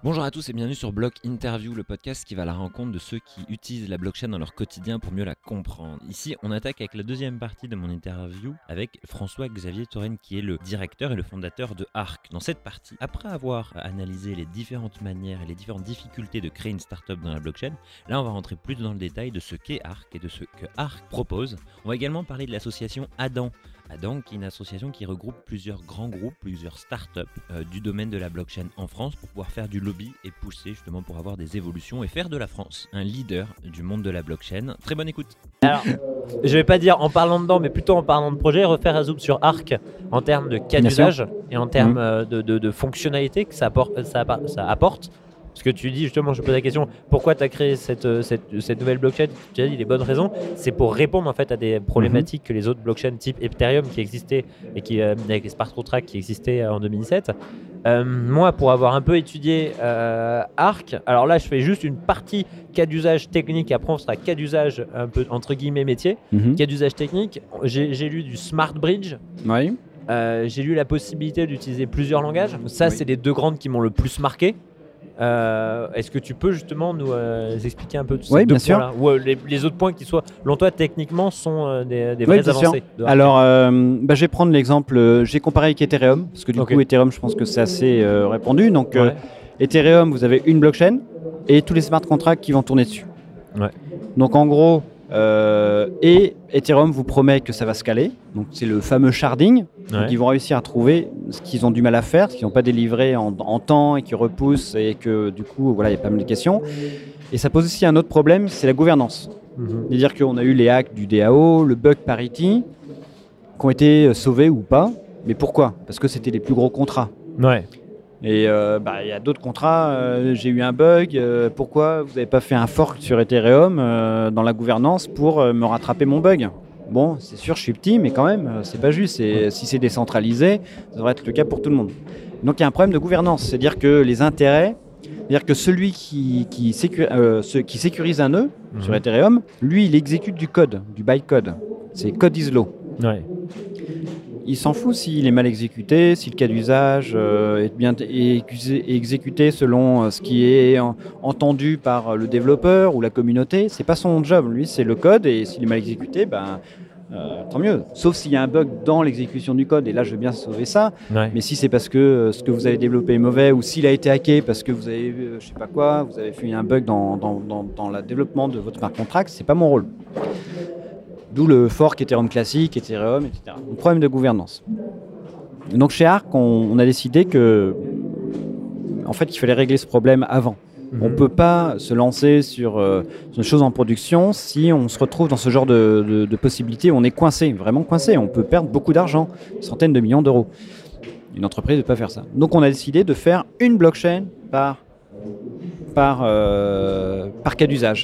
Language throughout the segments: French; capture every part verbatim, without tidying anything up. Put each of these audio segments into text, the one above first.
Bonjour à tous et bienvenue sur Block Interview, le podcast qui va à la rencontre de ceux qui utilisent la blockchain dans leur quotidien pour mieux la comprendre. Ici, on attaque avec la deuxième partie de mon interview avec François-Xavier Touraine qui est le directeur et le fondateur de Arc. Dans cette partie, après avoir analysé les différentes manières et les différentes difficultés de créer une startup dans la blockchain, là on va rentrer plus dans le détail de ce qu'est Arc et de ce que Arc propose. On va également parler de l'association Adam. Adam, qui est une association qui regroupe plusieurs grands groupes, plusieurs startups euh, du domaine de la blockchain en France pour pouvoir faire du lobby et pousser justement pour avoir des évolutions et faire de la France un leader du monde de la blockchain. Très bonne écoute. Alors, je vais pas dire en parlant dedans, mais plutôt en parlant de projet, refaire un zoom sur Arc en termes de cas d'usage et en termes mmh. de, de, de fonctionnalités que ça apporte, ça, ça apporte. Parce que tu dis justement, je pose la question, pourquoi tu as créé cette, cette, cette nouvelle blockchain? Tu as dit les bonnes raisons, c'est pour répondre en fait à des problématiques mmh. que les autres blockchains type Ethereum qui existaient et qui, euh, avec les smart contracts qui existaient en deux mille dix-sept. Euh, moi, pour avoir un peu étudié euh, Arc, alors là, je fais juste une partie cas d'usage technique. Après, on sera cas d'usage un peu entre guillemets métier. Mmh. Cas d'usage technique, j'ai, j'ai lu du Smart Bridge. Oui. Euh, j'ai lu la possibilité d'utiliser plusieurs langages. Ça, oui. C'est les deux grandes qui m'ont le plus marqué. Euh, est-ce que tu peux justement nous euh, expliquer un peu tous ces oui, deux bien points-là ou euh, les, les autres points qui soient, selon toi, techniquement, sont euh, des, des oui, vraies avancées de Alors, euh, bah, je vais prendre l'exemple, euh, j'ai comparé avec Ethereum, parce que du okay. coup, Ethereum, je pense que c'est assez euh, répandu. Donc, ouais. euh, Ethereum, vous avez une blockchain et tous les smart contracts qui vont tourner dessus. Ouais. Donc, en gros, euh, et Ethereum vous promet que ça va scaler. Donc, c'est le fameux sharding. Ouais. Donc, ils vont réussir à trouver ce qu'ils ont du mal à faire, ce qu'ils n'ont pas délivré en, en temps et qui repoussent et que du coup, voilà, il y a pas mal de questions. Et ça pose aussi un autre problème, c'est la gouvernance. Mm-hmm. C'est-à-dire qu'on a eu les hacks du D A O, le bug parity, qui ont été sauvés ou pas. Mais pourquoi? Parce que c'était les plus gros contrats. Ouais. Et il euh, bah, y a d'autres contrats, euh, j'ai eu un bug, euh, pourquoi vous n'avez pas fait un fork sur Ethereum euh, dans la gouvernance pour euh, me rattraper mon bug? Bon, c'est sûr, je suis petit, mais quand même, c'est pas juste. Et si c'est décentralisé, ça devrait être le cas pour tout le monde. Donc il y a un problème de gouvernance, c'est-à-dire que les intérêts, c'est-à-dire que celui qui, qui, sécu, euh, ce, qui sécurise un nœud mmh. sur Ethereum, lui, il exécute du code, du bytecode. C'est code is law. Ouais. Il s'en fout s'il est mal exécuté, si le cas d'usage euh, est bien est exécuté selon ce qui est en, entendu par le développeur ou la communauté. C'est pas son job, lui, c'est le code, et s'il est mal exécuté, ben, euh, tant mieux. Sauf s'il y a un bug dans l'exécution du code, et là je veux bien sauver ça. Ouais. Mais si c'est parce que euh, ce que vous avez développé est mauvais, ou s'il a été hacké parce que vous avez, euh, je sais pas quoi, vous avez fait un bug dans, dans, dans, dans le développement de votre smart contract, c'est pas mon rôle. D'où le fork Ethereum classique, Ethereum, et cetera. Le problème de gouvernance. Donc chez Arc, on, on a décidé que, en fait, il fallait régler ce problème avant. Mm-hmm. On ne peut pas se lancer sur, euh, sur une chose en production si on se retrouve dans ce genre de, de, de possibilités où on est coincé, vraiment coincé. On peut perdre beaucoup d'argent, centaines de millions d'euros. Une entreprise ne peut pas faire ça. Donc on a décidé de faire une blockchain par, par, euh, par cas d'usage.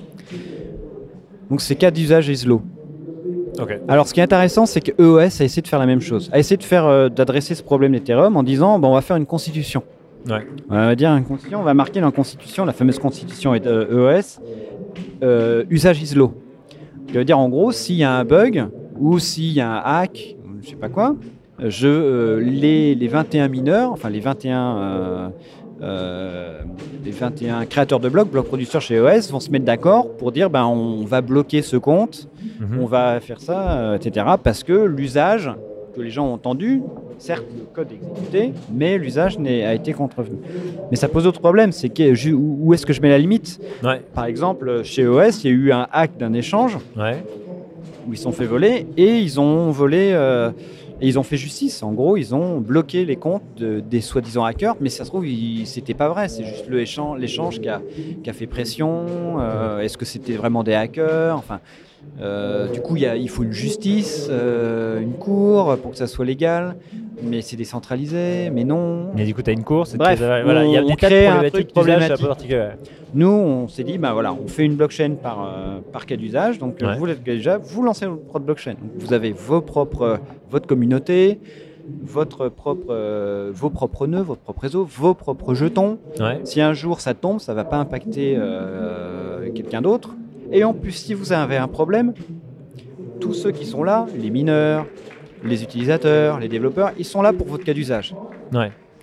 Donc c'est cas d'usage is law. Okay. Alors ce qui est intéressant, c'est que E O S a essayé de faire la même chose, a essayé de faire, euh, d'adresser ce problème d'Ethereum en disant bon, on va faire une constitution. Ouais. On va dire une constitution, on va marquer dans la constitution, la fameuse constitution de E O S, euh, usage is law. Ça veut dire en gros, s'il y a un bug ou s'il y a un hack, je sais pas quoi, je, euh, les, les vingt et un mineurs, enfin les vingt et un... Euh, Euh, les vingt et un créateurs de blocs, blocs producteurs chez E O S vont se mettre d'accord pour dire ben, on va bloquer ce compte, mmh. on va faire ça, euh, et cetera. Parce que l'usage que les gens ont entendu, certes le code est exécuté, mais l'usage n'est, a été contrevenu. Mais ça pose d'autres problèmes, c'est que, où, où est-ce que je mets la limite? Ouais. Par exemple, chez E O S, il y a eu un hack d'un échange ouais. où ils se sont fait voler et ils ont volé... Euh, Et ils ont fait justice. En gros, ils ont bloqué les comptes de, des soi-disant hackers, mais ça se trouve, il, c'était pas vrai. C'est juste le échange, l'échange qui a, qui a fait pression. Euh, est-ce que c'était vraiment des hackers? Enfin, euh, du coup, il, y a, il faut une justice, euh, une cour pour que ça soit légal. Mais c'est décentralisé, mais non. Mais du coup, tu as une cour. C'est Bref, très, voilà, il y a des tas de problématiques problématiques. Nous, on s'est dit, ben voilà, on fait une blockchain par, euh, par cas d'usage. Donc, ouais. vous, déjà, vous lancez votre propre blockchain. Donc, vous avez vos propres, votre communauté, votre propre, euh, vos propres nœuds, votre propre réseau, vos propres jetons. Ouais. Si un jour ça tombe, ça ne va pas impacter euh, quelqu'un d'autre. Et en plus, si vous avez un problème, tous ceux qui sont là, les mineurs, les utilisateurs, les développeurs, ils sont là pour votre cas d'usage. Ouais.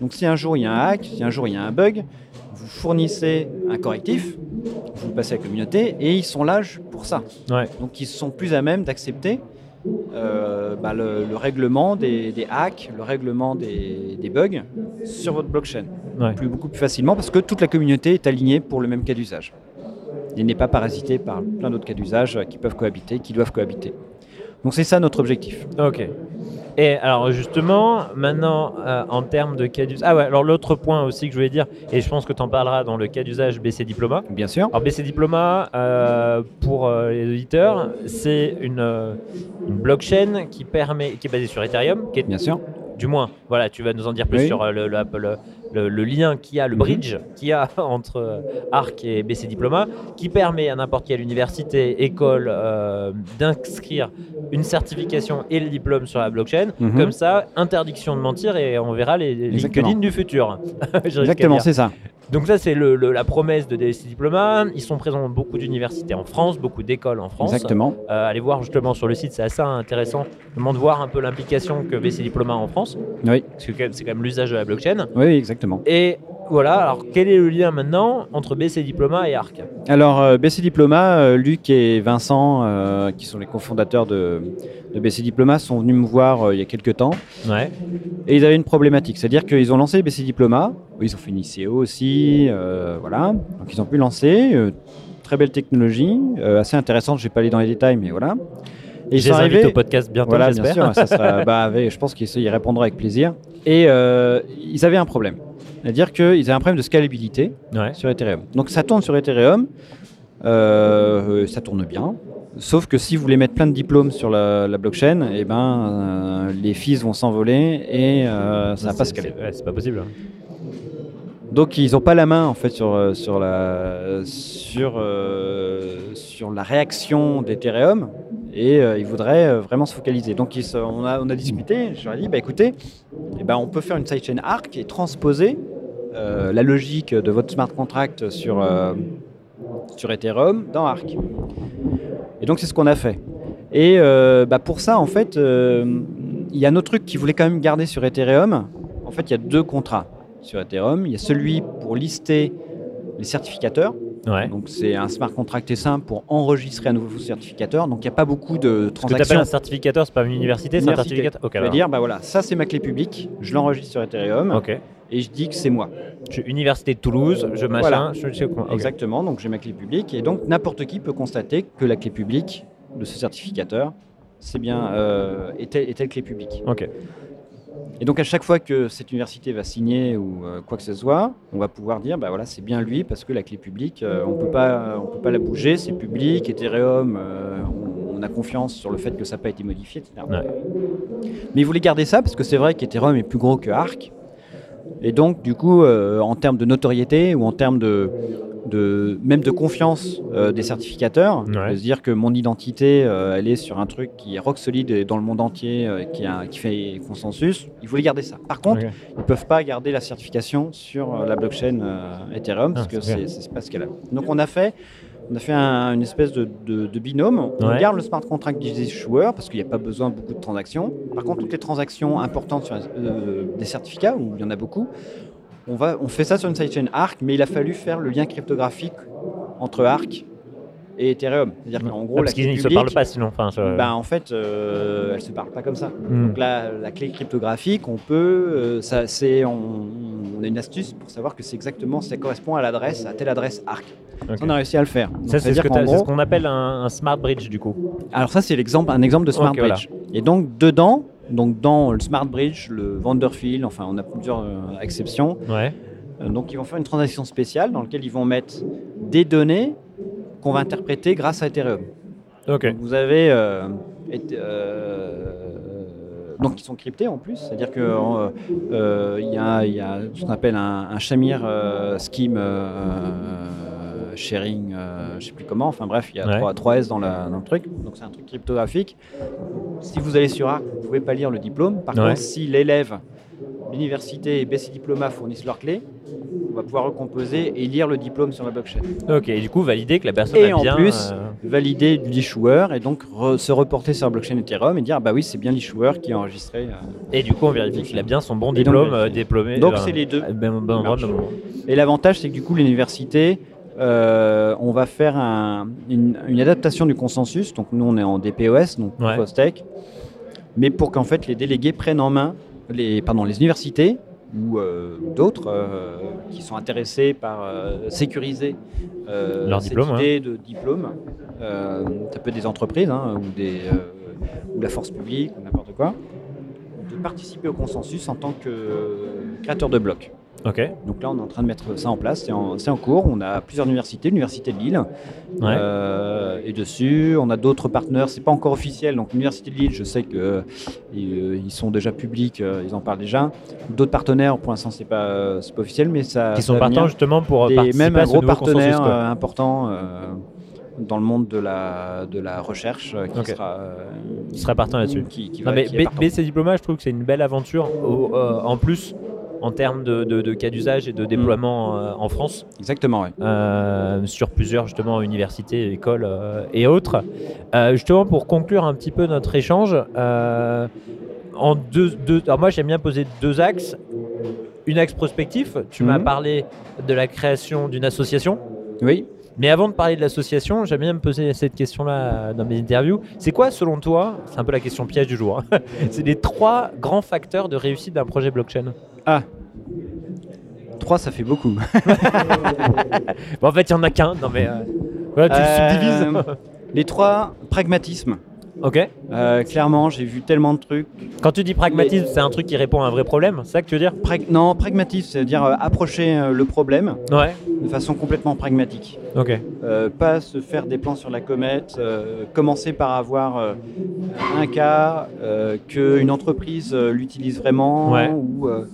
Donc si un jour il y a un hack, si un jour il y a un bug, vous fournissez un correctif, vous le passez à la communauté et ils sont là pour ça. Ouais. Donc ils sont plus à même d'accepter euh, bah, le, le règlement des, des hacks, le règlement des, des bugs sur votre blockchain. Ouais. Plus, beaucoup plus facilement parce que toute la communauté est alignée pour le même cas d'usage. Il n'est pas parasité par plein d'autres cas d'usage qui peuvent cohabiter, qui doivent cohabiter. Donc c'est ça notre objectif. Ok. Et alors justement, maintenant, euh, en termes de cas d'usage... Ah ouais, alors l'autre point aussi que je voulais dire, et je pense que tu en parleras dans le cas d'usage B C Diploma. Bien sûr. Alors B C Diploma, euh, pour euh, les auditeurs, c'est une, euh, une blockchain qui, permet, qui est basée sur Ethereum, qui est, Bien sûr. du moins, voilà, tu vas nous en dire plus Oui. sur euh, le, le, le, le, le lien qu'il y a, le bridge qu'il y a entre euh, Arc et B C Diploma, qui permet à n'importe quelle université, école, euh, d'inscrire une certification et le diplôme sur la blockchain. Mhm. Comme ça, interdiction de mentir et on verra les, les Exactement. LinkedIn du futur. J'ai Exactement, risqué à c'est ça. dire. Donc ça, c'est le, le, la promesse de B C Diploma. Ils sont présents dans beaucoup d'universités en France, beaucoup d'écoles en France. Exactement. Euh, allez voir justement sur le site, c'est assez intéressant de voir un peu l'implication que B C Diploma a en France, Oui, parce que c'est quand même l'usage de la blockchain. oui, exactement. Et voilà, alors quel est le lien maintenant entre B C Diploma et Arc? Alors, euh, B C Diploma, euh, Luc et Vincent, euh, qui sont les cofondateurs de, de B C Diploma, sont venus me voir euh, il y a quelques temps. Ouais. Et ils avaient une problématique, c'est-à-dire qu'ils ont lancé B C Diploma, ils ont fait une I C O aussi, euh, voilà. Donc ils ont pu lancer, euh, très belle technologie, euh, assez intéressante, je ne vais pas aller dans les détails, mais voilà. Et Je les invite au podcast bientôt, voilà, j'espère. bien sûr, ça sera, bah, avec- je pense qu'ils y répondront avec plaisir. Et euh, ils avaient un problème, c'est-à-dire qu'ils avaient un problème de scalabilité Ouais. sur Ethereum. Donc ça tourne sur Ethereum, euh, ça tourne bien. Sauf que si vous voulez mettre plein de diplômes sur la, la blockchain, eh ben, euh, les fees vont s'envoler et euh, ça va pas C'est- scaler. c'est- ouais, c'est pas possible. hein. Donc ils n'ont pas la main en fait sur, euh, sur, la, sur, euh, sur la réaction d'Ethereum et euh, ils voudraient euh, vraiment se focaliser. Donc ils se- on, a, on a discuté, je leur ai dit bah, écoutez, eh ben, on peut faire une sidechain Arc et transposer euh, la logique de votre smart contract sur, euh, sur Ethereum dans Arc. Et donc c'est ce qu'on a fait. Et euh, bah, pour ça en fait, euh, il y a un autre truc qu'ils voulaient quand même garder sur Ethereum. En fait il y a deux contrats sur Ethereum. Il y a celui pour lister les certificateurs. Ouais. Donc c'est un smart contract est simple pour enregistrer un nouveau certificateur. Donc il n'y a pas beaucoup de Ce que tu appelles transactions. un certificateur, c'est pas une université, c'est un Université. certificateur. Ok, Je vais alors. dire, bah voilà, ça c'est ma clé publique, je l'enregistre sur Ethereum Ok. et je dis que c'est moi. Je suis Université de Toulouse, je machin, Voilà. je sais quoi. Ok. Exactement, donc j'ai ma clé publique et donc n'importe qui peut constater que la clé publique de ce certificateur, c'est bien euh, est telle, est telle clé publique. Ok. Et donc à chaque fois que cette université va signer ou euh, quoi que ce soit, on va pouvoir dire bah voilà c'est bien lui parce que la clé publique euh, on peut pas on peut pas la bouger, c'est public, Ethereum, euh, on, on a confiance sur le fait que ça n'a pas été modifié, et cetera. Ouais. Mais ils voulaient garder ça parce que c'est vrai qu'Ethereum est plus gros que Arc et donc du coup euh, en termes de notoriété ou en termes de de, même de confiance euh, des certificateurs, Ouais. de se dire que mon identité, euh, elle est sur un truc qui est rock solide et dans le monde entier, euh, qui, a, qui fait consensus. Ils voulaient garder ça. Par contre, Ok. ils ne peuvent pas garder la certification sur euh, la blockchain euh, Ethereum, parce Ah, que c'est bien. c'est c'est pas ce qu'elle a. Donc on a fait, on a fait un- une espèce de, de- de binôme. On Ouais. garde le smart contract des issuers, parce qu'il n'y a pas besoin de beaucoup de transactions. Par contre, toutes les transactions importantes sur euh, des certificats, où il y en a beaucoup, on, va, on fait ça sur une sidechain Arc, mais il a fallu faire le lien cryptographique entre Arc et Ethereum. C'est-à-dire qu'en gros, Ah, la parce clé qu'ils ne se publique, parlent pas sinon. Enfin, je- ben, en fait, euh, elle ne se parle pas comme ça. Hmm. Donc la, la clé cryptographique, on peut, euh, ça, c'est, on, on a une astuce pour savoir que c'est exactement, ça correspond à l'adresse, à telle adresse Arc. Ok. Ça, on a réussi à le faire. Donc, Ça, c'est ce c'est-à-dire que qu'en t'as- c'est gros- ce qu'on appelle un, un smart bridge du coup. alors ça, c'est l'exemple, un exemple de Smart Ok, voilà. Bridge. Et donc dedans, donc dans le Smart Bridge, le Vanderfield, enfin on a plusieurs euh, exceptions. Ouais. Euh, donc ils vont faire une transaction spéciale dans laquelle ils vont mettre des données qu'on va interpréter grâce à Ethereum. Ok. Donc, vous avez euh, et- euh, donc ils sont cryptés en plus, c'est-à-dire que euh, euh, il y, a, il y a ce qu'on appelle un, un Shamir euh, scheme euh, sharing, euh, je ne sais plus comment. Enfin bref, il y a Ouais. trois, trois S dans, la- dans le truc. Donc c'est un truc cryptographique. Si vous allez sur Arc, vous ne pouvez pas lire le diplôme. Par Ouais. contre, si l'élève, l'université et B C Diploma fournissent leurs clés, on va pouvoir recomposer et lire le diplôme sur la blockchain. Ok, et du coup, valider que la personne Et a en bien... plus, euh, valider l'issuer et donc re- se reporter sur la blockchain Ethereum et dire bah oui, c'est bien l'issuer qui a enregistré. euh. Et du coup, on vérifie qu'il a bien son bon Et donc, diplôme vérifier. euh, diplômé. Donc, euh, c'est les deux. euh, Ben, ben, Qui marchent. vraiment. Et l'avantage, c'est que du coup, l'université, euh, on va faire un- une, une adaptation du consensus. Donc, nous, on est en D P O S, donc Ouais. Proof of Stake, mais pour qu'en fait, les délégués prennent en main les, pardon, les universités ou euh, d'autres euh, qui sont intéressés par euh, sécuriser euh, Leur cette diplôme, idée de diplôme. Euh, ça peut être des entreprises hein, ou, des, euh, ou la force publique ou n'importe quoi, de participer au consensus en tant que créateur de blocs. Ok. Donc là, on est en train de mettre ça en place, c'est en, c'est en cours. On a plusieurs universités, l'université de Lille, Ouais. euh, et dessus, on a d'autres partenaires. C'est pas encore officiel, donc l'université de Lille, je sais que euh, ils, ils sont déjà publics, euh, ils en parlent déjà. D'autres partenaires, pour l'instant, c'est pas, euh, c'est pas officiel, mais ça. Qui ça sont va partants venir. justement pour Des- participer même à un ce gros nouveau consensus, partenaire quoi. euh, important euh, dans le monde de la de la recherche euh, qui Ok. sera euh, Qui sera partant là-dessus. qui, qui Non, va- mais qui est B- partant. B C Diploma, je trouve que c'est une belle aventure. Au- euh, en plus, en termes de, de- de cas d'usage et de déploiement euh, en France, Exactement, ouais. euh, sur plusieurs justement universités, écoles euh, et autres. Euh, justement, pour conclure un petit peu notre échange, euh, en deux, deux- alors moi j'aime bien poser deux axes. Une axe prospectif, tu m'as Mhm. parlé de la création d'une association. Oui. Mais avant de parler de l'association, j'aime bien me poser cette question-là dans mes interviews. C'est quoi, selon toi, c'est un peu la question piège du jour, hein, c'est les trois grands facteurs de réussite d'un projet blockchain? Ah. Trois, ça fait beaucoup. Bon, en fait, il n'y en a qu'un. Non, mais euh, voilà, tu Euh, le subdivises. Les trois, pragmatisme. Ok. Euh, clairement, j'ai vu tellement de trucs. Quand tu dis pragmatisme, c'est un truc qui répond à un vrai problème, c'est ça que tu veux dire? Prag- non, pragmatisme, c'est-à-dire euh, approcher euh, le problème Ouais. de façon complètement pragmatique. Ok. Euh, pas se faire des plans sur la comète, euh, commencer par avoir euh, un cas, euh, qu'une entreprise euh, l'utilise vraiment, Ouais. ou, euh,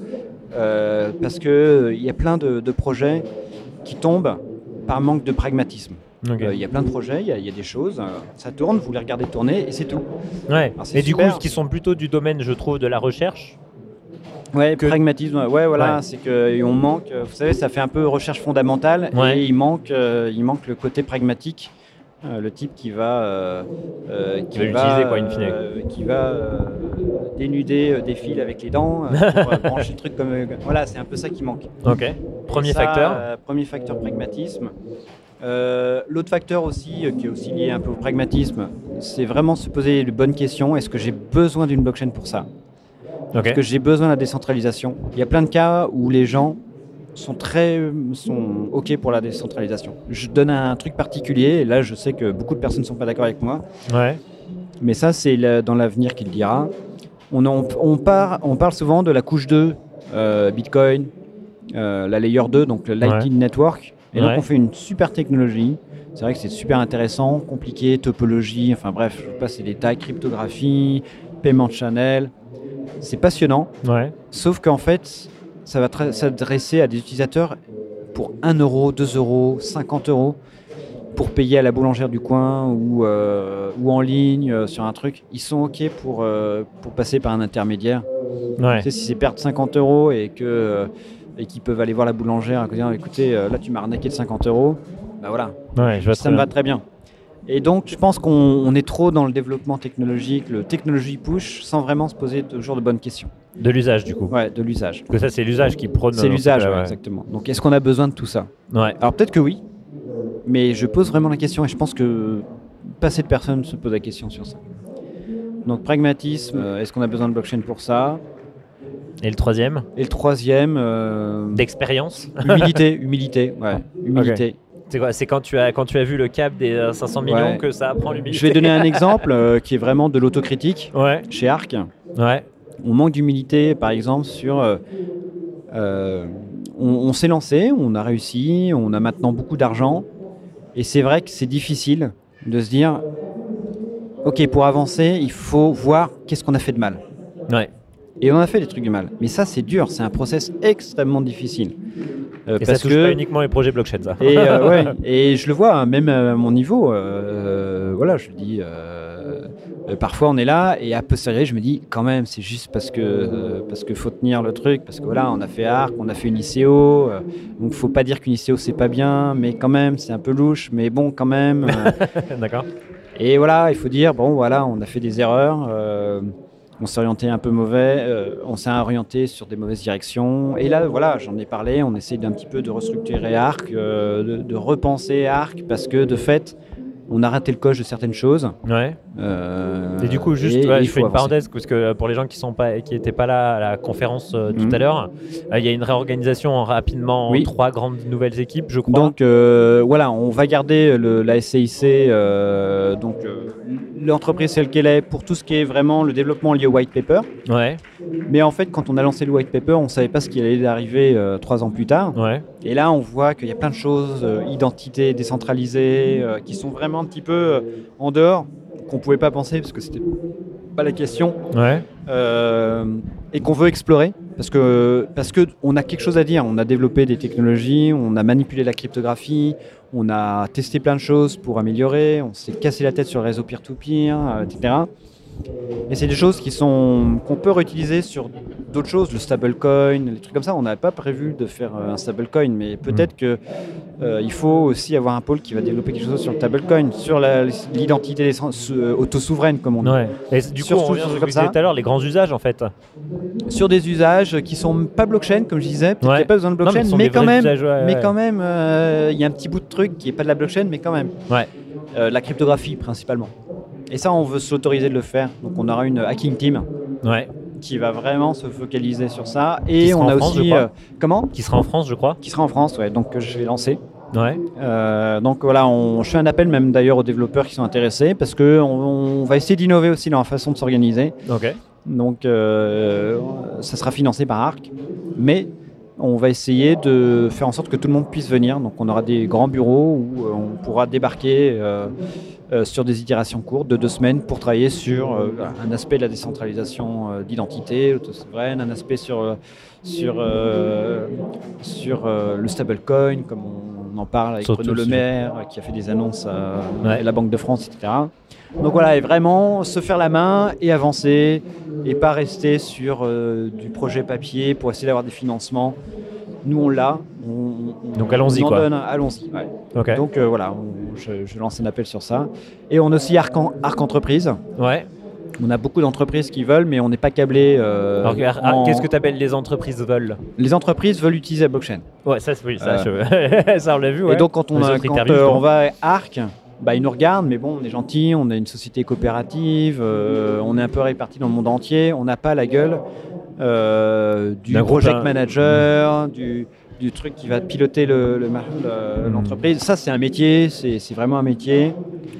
euh, parce qu'il euh, il y a plein de, de projets qui tombent par manque de pragmatisme. Ok. Euh, Il y a plein de projets, il y, a- il y a des choses, euh, ça tourne, vous les regardez tourner et c'est tout. Ouais. Alors, c'est Et du super. coup, qui sont plutôt du domaine, je trouve, de la recherche. Ouais, Que- pragmatisme, ouais, voilà, Ouais. c'est qu'on manque, euh, vous savez, ça fait un peu recherche fondamentale Ouais. et il manque, euh, il manque le côté pragmatique, euh, le type qui va, euh, euh, Qui va l'utiliser, quoi, in fine. euh, qui va euh, dénuder euh, des fils avec les dents euh, pour euh, brancher le truc comme, euh, voilà, c'est un peu ça qui manque. Ok. Premier Et ça, facteur. euh, premier facteur pragmatisme. Euh, L'autre facteur aussi, euh, qui est aussi lié un peu au pragmatisme, c'est vraiment se poser les bonnes questions. Est-ce que j'ai besoin d'une blockchain pour ça? Ok. Est-ce que j'ai besoin de la décentralisation? Il y a plein de cas où les gens sont très sont OK pour la décentralisation. Je donne un truc particulier, et là je sais que beaucoup de personnes ne sont pas d'accord avec moi, Ouais. mais ça c'est le- dans l'avenir qu'il dira. On, en- on, part, on parle souvent de la couche deux, euh, Bitcoin, euh, la layer deux, donc le Lightning Network, et donc Ouais. on fait une super technologie. C'est vrai que c'est super intéressant, compliqué, topologie, enfin bref, je passe les détails, cryptographie, paiement de channel. C'est passionnant. Ouais. Sauf qu'en fait, ça va tra- s'adresser à des utilisateurs pour un euro, deux euros, cinquante euros pour payer à la boulangère du coin ou, euh, ou en ligne euh, sur un truc. Ils sont OK pour, euh, pour passer par un intermédiaire. Ouais. Tu sais, si c'est perdre cinquante euros et que euh, et qu'ils peuvent aller voir la boulangère et dire écoutez, euh, là tu m'as arnaqué de cinquante euros, bah voilà, Ouais. Je vois ça très me bien. va très bien. Et donc, je pense qu'on on est trop dans le développement technologique, le technologie push, sans vraiment se poser toujours de bonnes questions. De l'usage, du coup. Ouais, de l'usage. Parce que ça, c'est l'usage qui prône. C'est dans l'usage, ce cas-là, ouais, ouais. exactement. Donc, est-ce qu'on a besoin de tout ça? Ouais. Alors, peut-être que oui, mais je pose vraiment la question et je pense que pas assez de personnes se posent la question sur ça. Donc, pragmatisme, euh, est-ce qu'on a besoin de blockchain pour ça? Et le troisième? Et le troisième, euh, D'expérience. humilité, humilité, ouais, humilité. C'est quoi? C'est quand tu as quand tu as vu le cap des euh, cinq cents millions Ouais. que ça apprend l'humilité. Je vais donner un exemple euh, qui est vraiment de l'autocritique. Ouais. Chez Arc, Ouais. on manque d'humilité, par exemple, sur... euh, euh, on on s'est lancé, on a réussi, on a maintenant beaucoup d'argent. Et c'est vrai que c'est difficile de se dire, OK, pour avancer, il faut voir qu'est-ce qu'on a fait de mal. Ouais. Et on a fait des trucs de mal. Mais ça, c'est dur, c'est un process extrêmement difficile. Euh, Et ça touche pas uniquement les projets blockchain, ça. et, euh, ouais, et je le vois, hein, même à mon niveau, euh, voilà, je le dis, euh, euh, parfois on est là et a posteriori je me dis quand même c'est juste parce que euh, parce que faut tenir le truc, parce que voilà on a fait Arc, on a fait une I C O, euh, donc faut pas dire qu'une I C O c'est pas bien, mais quand même c'est un peu louche, mais bon quand même. euh, D'accord. et voilà, il faut dire bon voilà on a fait des erreurs. Euh, On s'est orienté un peu mauvais, euh, on s'est orienté sur des mauvaises directions. Et là, voilà, j'en ai parlé, on essaye d'un petit peu de restructurer Arc, euh, de, de repenser Arc, parce que de fait, on a raté le coche de certaines choses. Ouais. Euh, Et du coup, juste, et- ouais, et il je fais faut une avancer. parenthèse parce que euh, pour les gens qui sont pas, qui n'étaient pas là à la conférence euh, tout Mhm. à l'heure, euh, il y a une réorganisation en- rapidement en Oui. trois grandes nouvelles équipes, je crois. Donc euh, voilà, on va garder le, la S C I C, euh, donc euh, l'entreprise celle qu'elle est pour tout ce qui est vraiment le développement lié au white paper. Ouais, Mais en fait, quand on a lancé le white paper, on ne savait pas ce qui allait arriver euh, trois ans plus tard. ouais, Et là, on voit qu'il y a plein de choses, euh, identité décentralisée, euh, qui sont vraiment un petit peu euh, en dehors, qu'on ne pouvait pas penser parce que c'était pas la question, ouais, euh, et qu'on veut explorer parce que parce que on a quelque chose à dire. On a développé des technologies, on a manipulé la cryptographie, on a testé plein de choses pour améliorer, on s'est cassé la tête sur le réseau peer-to-peer, euh, et cetera. Et c'est des choses qui sont qu'on peut réutiliser sur d'autres choses, le stablecoin, les trucs comme ça. On n'avait pas prévu de faire euh, un stablecoin, mais peut-être que euh, il faut aussi avoir un pôle qui va développer quelque chose sur le stablecoin, sur la- l'identité des sens- euh, auto-souveraine, comme on dit. ouais. Et c- du coup, Surtout on revient sur sur ce comme que je disais ça. tout à l'heure, les grands usages en fait. Sur des usages qui sont pas blockchain, comme je disais, peut-être qu'il n'y Ouais. a pas besoin de Non, blockchain, ce sont mais, des quand vrais même, usages, ouais, mais ouais. quand même, euh, il y a un petit bout de truc qui est pas de la blockchain, mais quand même, Ouais. Euh, la cryptographie principalement. Et ça, on veut s'autoriser de le faire. Donc, on aura une hacking team Ouais. qui va vraiment se focaliser sur ça. Qui Et sera on en a France, je aussi crois. euh, comment Qui sera en France, je crois. Qui sera en France, ouais. Donc, que je vais lancer. Ouais. Euh, donc voilà, on, je fais un appel même d'ailleurs aux développeurs qui sont intéressés parce que on, on va essayer d'innover aussi dans la façon de s'organiser. Ok. Donc euh, ça sera financé par Arc, mais on va essayer de faire en sorte que tout le monde puisse venir. Donc on aura des grands bureaux où euh, on pourra débarquer euh, euh, sur des itérations courtes de deux semaines pour travailler sur euh, un aspect de la décentralisation euh, d'identité, l'autosouveraine, un aspect sur, euh, sur, euh, sur euh, le stablecoin, comme on en parle avec Sur Bruno tout le Le Maire, euh, qui a fait des annonces à Ouais. la Banque de France, et cetera. Donc voilà, et vraiment se faire la main et avancer, et pas rester sur euh, du projet papier pour essayer d'avoir des financements. Nous, on l'a. On, on- Donc allons-y, on en quoi. donne, allons-y. Ouais. Ok. Donc euh, voilà, on- je, je lance un appel sur ça. Et on a aussi Arc, en- Arc Entreprise. Ouais. On a beaucoup d'entreprises qui veulent, mais on n'est pas câblé. euh, Alors, ah, ah, en- qu'est-ce que tu appelles les entreprises veulent? Les entreprises veulent utiliser la blockchain. Ouais, ça, c'est- oui, ça, Euh, je- ça on l'a vu. Ouais. Et donc quand on, Les a, autres quand, interviews, euh, justement. on va à Arc, bah, ils nous regardent, mais bon, on est gentil, on est une société coopérative, euh, on est un peu répartis dans le monde entier, on n'a pas la gueule euh, du D'un groupe, project hein. manager, du, du truc qui va piloter le- le mar- le- l'entreprise. Ça, c'est un métier, c'est c'est vraiment un métier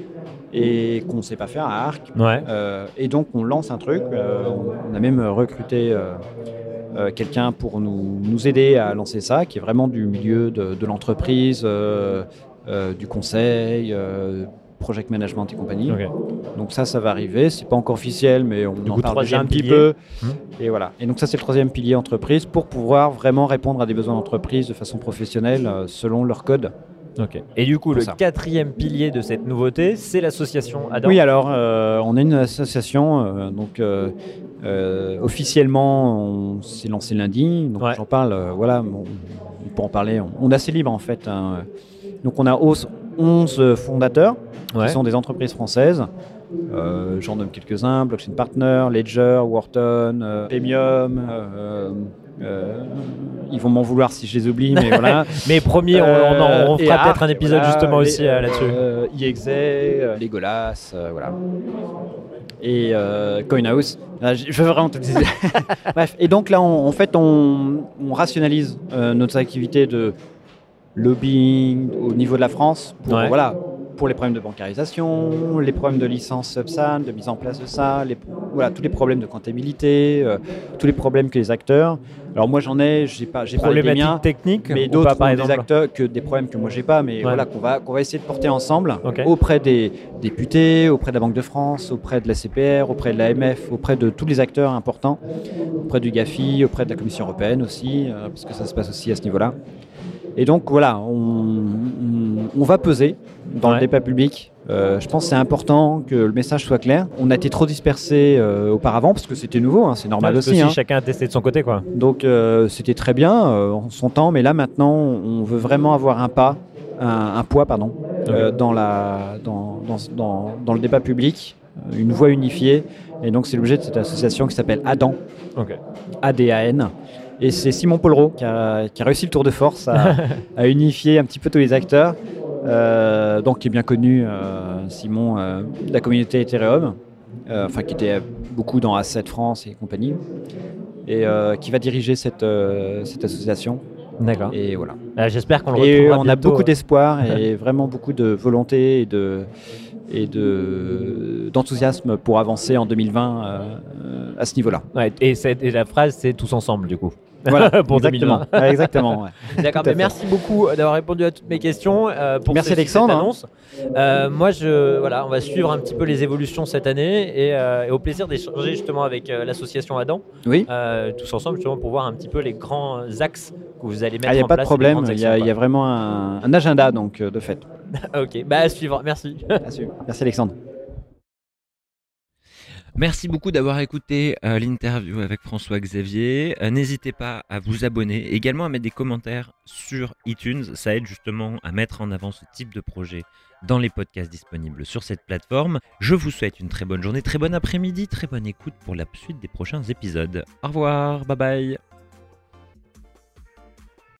et qu'on ne sait pas faire à Arc. Ouais. Euh, et donc on lance un truc, euh, on, on a même recruté euh, euh, quelqu'un pour nous, nous aider à lancer ça, qui est vraiment du milieu de, de l'entreprise, euh, euh, du conseil, euh, project management et compagnie. Ok. Donc ça, ça va arriver, c'est pas encore officiel, mais on Du en coup, parle déjà troisième un petit pilier. peu. Hmm. Et voilà. Et donc ça, c'est le troisième pilier entreprise pour pouvoir vraiment répondre à des besoins d'entreprise de façon professionnelle euh, selon leur code. Ok. Et du coup, Pour le ça. quatrième pilier de cette nouveauté, c'est l'association Adam. Oui, alors euh, on est une association, euh, donc euh, euh, officiellement on s'est lancé lundi, donc Ouais. j'en parle, euh, voilà, bon, pour en parler, on, on est assez libre en fait. Hein. Donc on a onze fondateurs Ouais. qui sont des entreprises françaises. Euh, J'en nomme quelques-uns, Blockchain Partner, Ledger, Wharton, euh, Premium. euh, euh, ils vont m'en vouloir si je les oublie, mais voilà. Mais promis, on, on en- on Euh, et fera Arc, peut-être un épisode voilà, justement les- aussi euh, là-dessus. Euh, I X A, euh, Legolas, euh, voilà. Et euh, Coinhouse. Ah, je je veux vraiment te dire. Bref, et donc là, on- en fait, on, on rationalise euh, notre activité de lobbying au niveau de la France pour, Ouais. voilà, pour les problèmes de bancarisation, les problèmes de licence Subsan, de mise en place de ça, les, voilà, tous les problèmes de comptabilité, euh, tous les problèmes que les acteurs. Alors moi j'en ai, j'ai pas, j'ai parlé des miens, Problématique technique mais ou d'autres pas, par ont des exemple acteurs que des problèmes que moi j'ai pas, mais Ouais. voilà qu'on va qu'on va essayer de porter ensemble Ok. auprès des députés, auprès de la Banque de France, auprès de la C P R, auprès de l'A M F, auprès de tous les acteurs importants, auprès du GAFI, auprès de la Commission européenne aussi, euh, parce que ça se passe aussi à ce niveau-là. Et donc voilà, on, on- on va peser dans Ouais. le débat public Euh, je pense que c'est important que le message soit clair. On a été trop dispersés euh, auparavant parce que c'était nouveau, hein, c'est normal Parce que aussi. si Hein. chacun a testé de son côté, quoi. Donc euh, c'était très bien euh, en son temps, mais là maintenant on veut vraiment avoir un pas, un, un poids pardon, euh, dans, la, dans, dans, dans, dans le débat public, une voix unifiée. Et donc c'est l'objet de cette association qui s'appelle ADAN, Ok. A D A N. Et c'est Simon Pollereau qui a, qui a réussi le tour de force à, à unifier un petit peu tous les acteurs. Euh, donc qui est bien connu, euh, Simon, euh, de la communauté Ethereum, euh, enfin qui était beaucoup dans Asset France et compagnie, et euh, qui va diriger cette, euh, cette association. D'accord. Et voilà. Euh, J'espère qu'on le Et retrouvera on bientôt. a beaucoup d'espoir et vraiment beaucoup de volonté et de et de d'enthousiasme pour avancer en deux mille vingt euh, à ce niveau-là. Ouais, et, c'est- et la phrase, c'est tous ensemble, du coup. Voilà, Pour exactement. Ouais, exactement. Ouais. D'accord, Tout à mais fait. merci beaucoup d'avoir répondu à toutes mes questions. euh, pour Merci, ce- cette Alexandre. annonce. Euh, moi, je, voilà, on va suivre un petit peu les évolutions cette année et, euh, et au plaisir d'échanger justement avec euh, l'association Adam, Oui. euh, tous ensemble justement pour voir un petit peu les grands axes que vous allez mettre Il n'y en a pas de place. et les problème. grandes Il y, a- actions, il y a vraiment un, un agenda donc euh, de fait. quoi. Ok, bah à suivre. Merci. Merci, Merci Alexandre. Merci beaucoup d'avoir écouté euh, l'interview avec François-Xavier. Euh, n'hésitez pas à vous abonner, également à mettre des commentaires sur iTunes. Ça aide justement à mettre en avant ce type de projet dans les podcasts disponibles sur cette plateforme. Je vous souhaite une très bonne journée, très bon après-midi, très bonne écoute pour la suite des prochains épisodes. Au revoir, bye bye.